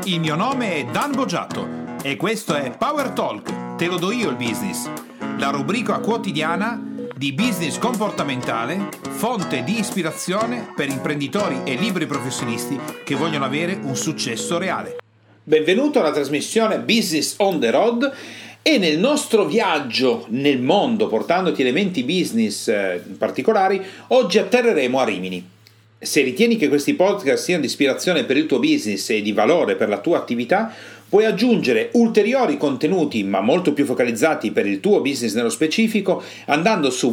Il mio nome è Dan Boggiato e questo è Power Talk, te lo do io il business, la rubrica quotidiana di business comportamentale, fonte di ispirazione per imprenditori e liberi professionisti che vogliono avere un successo reale. Benvenuto alla trasmissione Business on the Road e nel nostro viaggio nel mondo, portandoti elementi business particolari, oggi atterreremo a Rimini. Se ritieni che questi podcast siano di ispirazione per il tuo business e di valore per la tua attività, puoi aggiungere ulteriori contenuti ma molto più focalizzati per il tuo business nello specifico andando su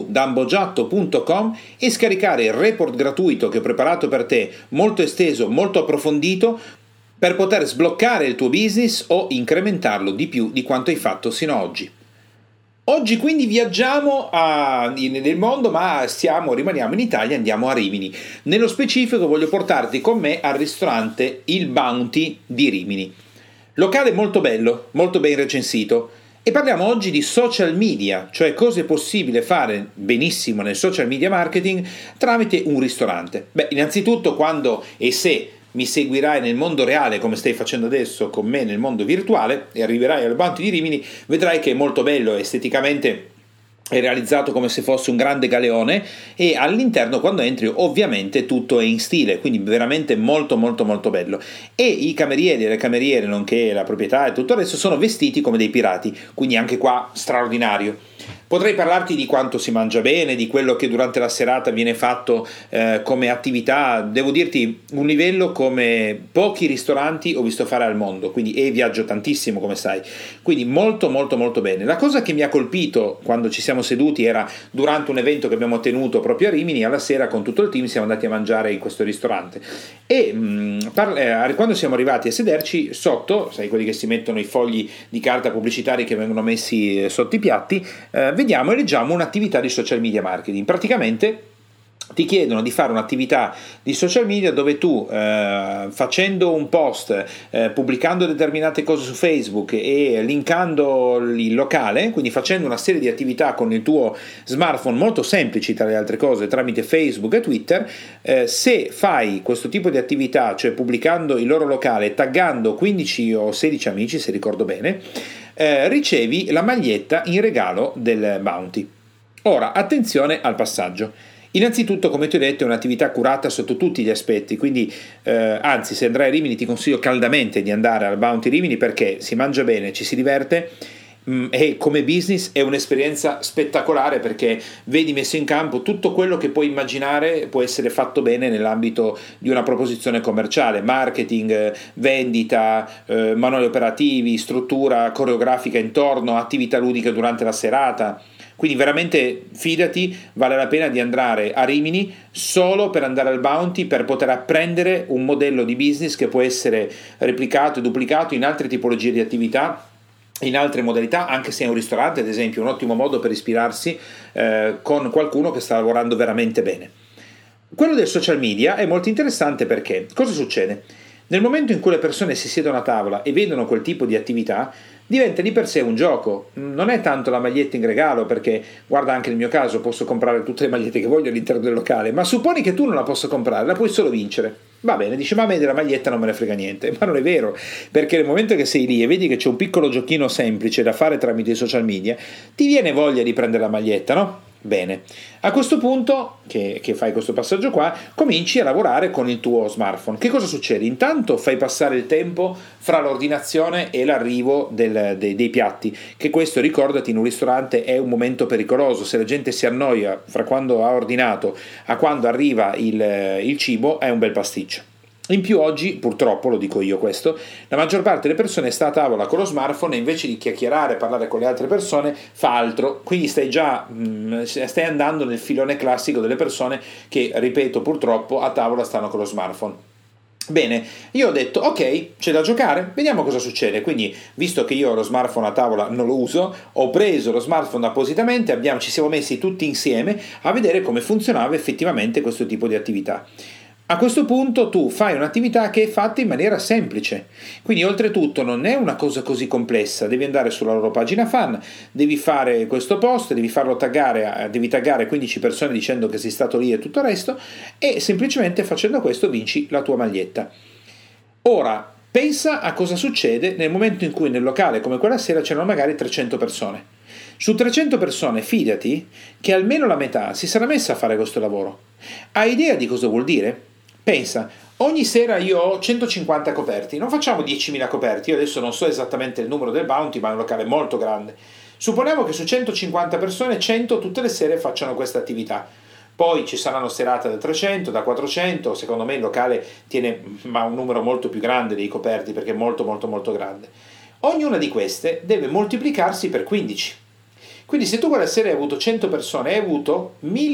www.danboggiatto.com e scaricare il report gratuito che ho preparato per te, molto esteso, molto approfondito, per poter sbloccare il tuo business o incrementarlo di più di quanto hai fatto sino ad oggi. Oggi quindi viaggiamo nel mondo, ma rimaniamo in Italia, andiamo a Rimini. Nello specifico voglio portarti con me al ristorante Il Bounty di Rimini. Locale molto bello, molto ben recensito. E parliamo oggi di social media, cioè cosa è possibile fare benissimo nel social media marketing tramite un ristorante. Innanzitutto quando e se mi seguirai nel mondo reale come stai facendo adesso con me nel mondo virtuale e arriverai al Bounty di Rimini, vedrai che è molto bello, esteticamente è realizzato come se fosse un grande galeone e all'interno quando entri ovviamente tutto è in stile, quindi veramente molto molto molto bello, e i camerieri e le cameriere nonché la proprietà e tutto il resto sono vestiti come dei pirati, quindi anche qua straordinario. Potrei parlarti di quanto si mangia bene, di quello che durante la serata viene fatto come attività, devo dirti un livello come pochi ristoranti ho visto fare al mondo, quindi viaggio tantissimo come sai, quindi molto molto molto bene. La cosa che mi ha colpito quando ci siamo seduti era durante un evento che abbiamo tenuto proprio a Rimini, alla sera con tutto il team siamo andati a mangiare in questo ristorante e quando siamo arrivati a sederci sotto, sai quelli che si mettono i fogli di carta pubblicitari che vengono messi sotto i piatti, vediamo e leggiamo un'attività di social media marketing. Praticamente ti chiedono di fare un'attività di social media dove tu facendo un post, pubblicando determinate cose su Facebook e linkando il locale, quindi facendo una serie di attività con il tuo smartphone molto semplici tra le altre cose tramite Facebook e Twitter, se fai questo tipo di attività, cioè pubblicando il loro locale, taggando 15 o 16 amici se ricordo bene, ricevi la maglietta in regalo del Bounty. Ora attenzione al passaggio. Innanzitutto, come ti ho detto, è un'attività curata sotto tutti gli aspetti, quindi anzi, se andrai a Rimini ti consiglio caldamente di andare al Bounty Rimini perché si mangia bene, ci si diverte e come business è un'esperienza spettacolare perché vedi messo in campo tutto quello che puoi immaginare può essere fatto bene nell'ambito di una proposizione commerciale, marketing, vendita, manuali operativi, struttura coreografica intorno, attività ludiche durante la serata. Quindi veramente fidati, vale la pena di andare a Rimini solo per andare al Bounty, per poter apprendere un modello di business che può essere replicato e duplicato in altre tipologie di attività, in altre modalità, anche se è un ristorante ad esempio, un ottimo modo per ispirarsi con qualcuno che sta lavorando veramente bene. Quello del social media è molto interessante perché cosa succede? Nel momento in cui le persone si siedono a tavola e vedono quel tipo di attività, diventa di per sé un gioco, non è tanto la maglietta in regalo, perché guarda anche nel mio caso posso comprare tutte le magliette che voglio all'interno del locale, ma supponi che tu non la possa comprare, la puoi solo vincere. Va bene, dice ma a me della maglietta non me ne frega niente, ma non è vero, perché nel momento che sei lì e vedi che c'è un piccolo giochino semplice da fare tramite i social media, ti viene voglia di prendere la maglietta, no? Bene, a questo punto che fai questo passaggio qua, cominci a lavorare con il tuo smartphone. Che cosa succede? Intanto fai passare il tempo fra l'ordinazione e l'arrivo dei piatti, che questo, ricordati, in un ristorante è un momento pericoloso. Se la gente si annoia fra quando ha ordinato a quando arriva il cibo, è un bel pasticcio. In più oggi, purtroppo, lo dico io questo, la maggior parte delle persone sta a tavola con lo smartphone e invece di chiacchierare e parlare con le altre persone fa altro, quindi stai andando nel filone classico delle persone che, ripeto, purtroppo a tavola stanno con lo smartphone. Bene, io ho detto ok, c'è da giocare, vediamo cosa succede. Quindi, visto che io lo smartphone a tavola non lo uso, ho preso lo smartphone appositamente, ci siamo messi tutti insieme a vedere come funzionava effettivamente questo tipo di attività. A questo punto tu fai un'attività che è fatta in maniera semplice, quindi oltretutto non è una cosa così complessa, devi andare sulla loro pagina fan, devi fare questo post, devi farlo taggare, devi taggare 15 persone dicendo che sei stato lì e tutto il resto, e semplicemente facendo questo vinci la tua maglietta. Ora, Pensa a cosa succede nel momento in cui nel locale come quella sera c'erano magari 300 persone. Su 300 persone, fidati che almeno la metà si sarà messa a fare questo lavoro. Hai idea di cosa vuol dire? Pensa, ogni sera io ho 150 coperti, non facciamo 10.000 coperti, io adesso non so esattamente il numero del bounty, ma è un locale molto grande. Supponiamo che su 150 persone 100 tutte le sere facciano questa attività. Poi ci saranno serate da 300, da 400, secondo me il locale tiene un numero molto più grande dei coperti perché è molto molto molto grande. Ognuna di queste deve moltiplicarsi per 15. Quindi se tu quella sera hai avuto 100 persone, hai avuto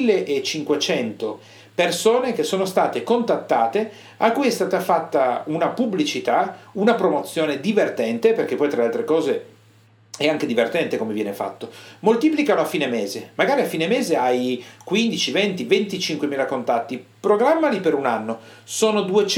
1500 persone che sono state contattate, a cui è stata fatta una pubblicità, una promozione divertente, perché poi tra le altre cose è anche divertente come viene fatto. Moltiplicano a fine mese, magari a fine mese hai 15, 20, 25.000 contatti, programmali per un anno, sono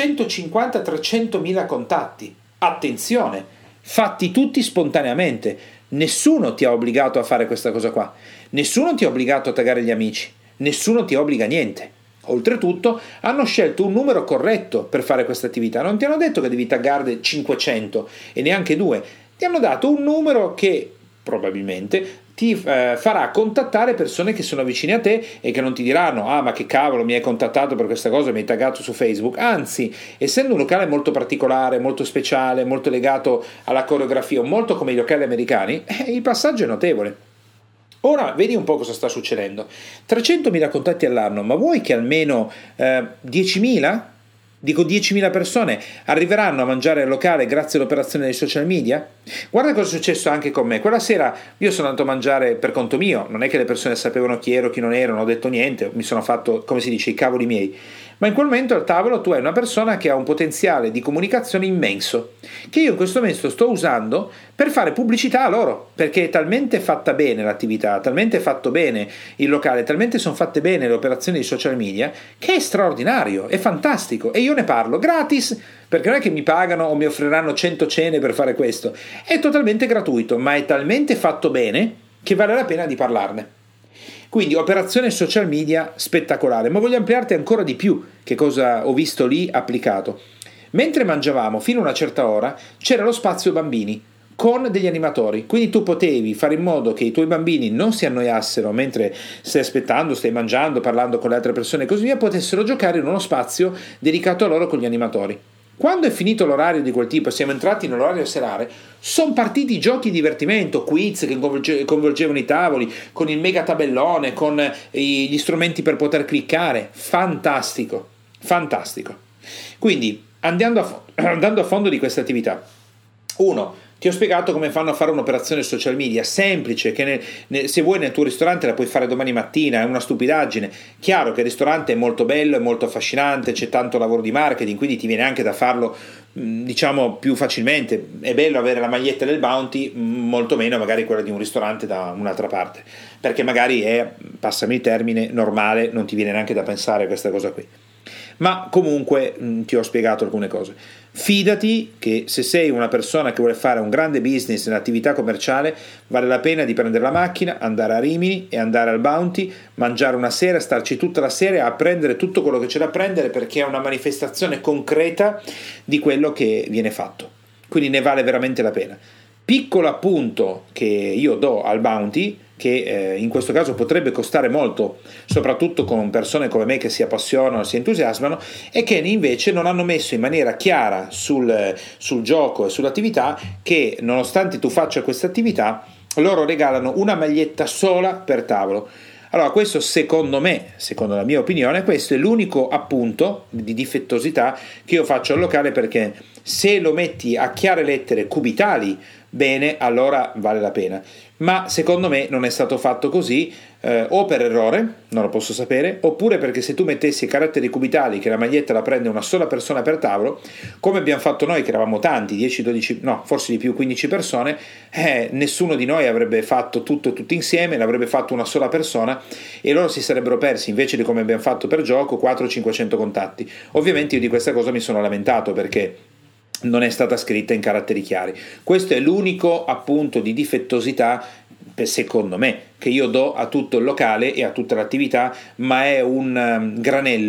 250-300.000 contatti. Attenzione, fatti tutti spontaneamente, nessuno ti ha obbligato a fare questa cosa qua, nessuno ti ha obbligato a taggare gli amici, nessuno ti obbliga a niente. Oltretutto hanno scelto un numero corretto per fare questa attività, non ti hanno detto che devi taggarne 500 e neanche 2, ti hanno dato un numero che probabilmente ti farà contattare persone che sono vicine a te e che non ti diranno ma che cavolo mi hai contattato per questa cosa, mi hai taggato su Facebook. Anzi, essendo un locale molto particolare, molto speciale, molto legato alla coreografia, molto come i locali americani, il passaggio è notevole. Ora vedi un po' cosa sta succedendo. 300.000 contatti all'anno, ma vuoi che almeno 10.000? Dico 10.000 persone arriveranno a mangiare al locale grazie all'operazione dei social media? Guarda cosa è successo anche con me. Quella sera io sono andato a mangiare per conto mio, non è che le persone sapevano chi ero, chi non ero, non ho detto niente, mi sono fatto, come si dice, i cavoli miei. Ma in quel momento al tavolo tu hai una persona che ha un potenziale di comunicazione immenso, che io in questo momento sto usando per fare pubblicità a loro, perché è talmente fatta bene l'attività, talmente fatto bene il locale, talmente sono fatte bene le operazioni di social media, che è straordinario, è fantastico, e io ne parlo gratis, perché non è che mi pagano o mi offriranno 100 cene per fare questo, è totalmente gratuito, ma è talmente fatto bene che vale la pena di parlarne. Quindi operazione social media spettacolare, ma voglio ampliarti ancora di più che cosa ho visto lì applicato. Mentre mangiavamo fino a una certa ora c'era lo spazio bambini con degli animatori, quindi tu potevi fare in modo che i tuoi bambini non si annoiassero mentre stai aspettando, stai mangiando, parlando con le altre persone e così via, potessero giocare in uno spazio dedicato a loro con gli animatori. Quando è finito l'orario di quel tipo e siamo entrati nell'orario serale, sono partiti giochi di divertimento, quiz che coinvolgevano i tavoli, con il mega tabellone, con gli strumenti per poter cliccare. Fantastico, fantastico. Quindi, andando a fondo di questa attività. 1. Ti ho spiegato come fanno a fare un'operazione social media semplice, che se vuoi nel tuo ristorante la puoi fare domani mattina, è una stupidaggine. Chiaro che il ristorante è molto bello, è molto affascinante, c'è tanto lavoro di marketing, quindi ti viene anche da farlo diciamo più facilmente. È bello avere la maglietta del Bounty, molto meno magari quella di un ristorante da un'altra parte, perché magari è, passami il termine, normale, non ti viene neanche da pensare a questa cosa qui. Ma comunque ti ho spiegato alcune cose. Fidati che se sei una persona che vuole fare un grande business, un'attività commerciale, vale la pena di prendere la macchina, andare a Rimini e andare al Bounty, mangiare una sera, starci tutta la sera e apprendere tutto quello che c'è da apprendere, perché è una manifestazione concreta di quello che viene fatto. Quindi ne vale veramente la pena. Piccolo appunto che io do al Bounty, che in questo caso potrebbe costare molto, soprattutto con persone come me che si appassionano, si entusiasmano, e che invece non hanno messo in maniera chiara sul gioco e sull'attività che, nonostante tu faccia questa attività, loro regalano una maglietta sola per tavolo. Allora questo secondo me, secondo la mia opinione, questo è l'unico appunto di difettosità che io faccio al locale, perché se lo metti a chiare lettere cubitali, bene, allora vale la pena. Ma secondo me non è stato fatto così, o per errore, non lo posso sapere, oppure perché se tu mettessi i caratteri cubitali che la maglietta la prende una sola persona per tavolo, come abbiamo fatto noi che eravamo tanti, 10, 12, no, forse di più, 15 persone, nessuno di noi avrebbe fatto tutto insieme, l'avrebbe fatto una sola persona e loro si sarebbero persi, invece di come abbiamo fatto per gioco, 400-500 contatti. Ovviamente io di questa cosa mi sono lamentato, perché non è stata scritta in caratteri chiari. Questo è l'unico appunto di difettosità, secondo me, che io do a tutto il locale e a tutta l'attività, ma è un granello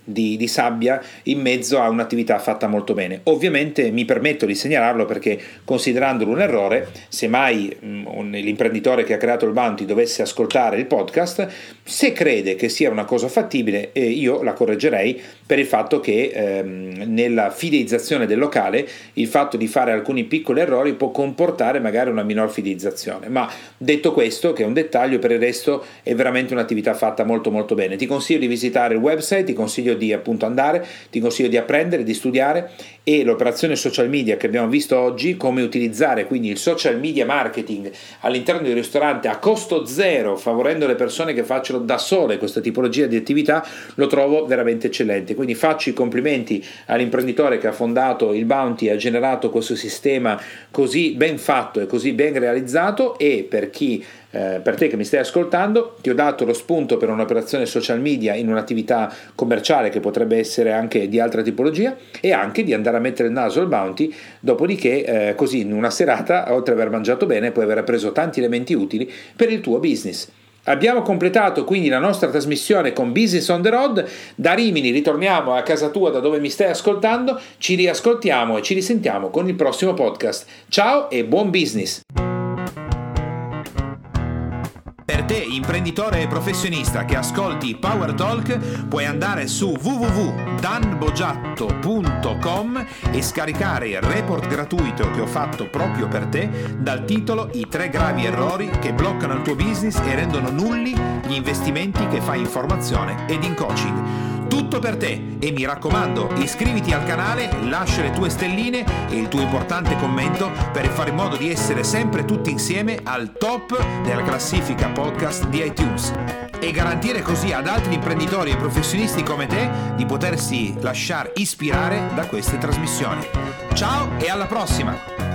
di sabbia in mezzo a un'attività fatta molto bene. Ovviamente mi permetto di segnalarlo perché, considerandolo un errore, se mai l'imprenditore che ha creato il Bounty dovesse ascoltare il podcast, se crede che sia una cosa fattibile, io la correggerei per il fatto che nella fidelizzazione del locale il fatto di fare alcuni piccoli errori può comportare magari una minor fidelizzazione. Ma detto questo, che è un dettaglio, per il resto è veramente un'attività fatta molto molto bene. Ti consiglio di visitare il website, ti consiglio di appunto andare, ti consiglio di apprendere, di studiare, e l'operazione social media che abbiamo visto oggi, come utilizzare quindi il social media marketing all'interno del ristorante a costo zero, favorendo le persone che facciano da sole questa tipologia di attività, lo trovo veramente eccellente. Quindi faccio i complimenti all'imprenditore che ha fondato il Bounty e ha generato questo sistema così ben fatto e così ben realizzato, e per te che mi stai ascoltando ti ho dato lo spunto per un'operazione social media in un'attività commerciale che potrebbe essere anche di altra tipologia, e anche di andare a mettere il naso al Bounty, dopodiché così in una serata, oltre ad aver mangiato bene, puoi aver preso tanti elementi utili per il tuo business. Abbiamo completato quindi la nostra trasmissione con Business on the Road. Da Rimini ritorniamo a casa tua, da dove mi stai ascoltando, ci riascoltiamo e ci risentiamo con il prossimo podcast. Ciao e buon business! Per te, imprenditore e professionista che ascolti Power Talk, puoi andare su www.danbogiatto.com e scaricare il report gratuito che ho fatto proprio per te, dal titolo I 3 gravi errori che bloccano il tuo business e rendono nulli gli investimenti che fai in formazione ed in coaching. Tutto per te, e mi raccomando, iscriviti al canale, lascia le tue stelline e il tuo importante commento per fare in modo di essere sempre tutti insieme al top della classifica podcast di iTunes, e garantire così ad altri imprenditori e professionisti come te di potersi lasciare ispirare da queste trasmissioni. Ciao e alla prossima!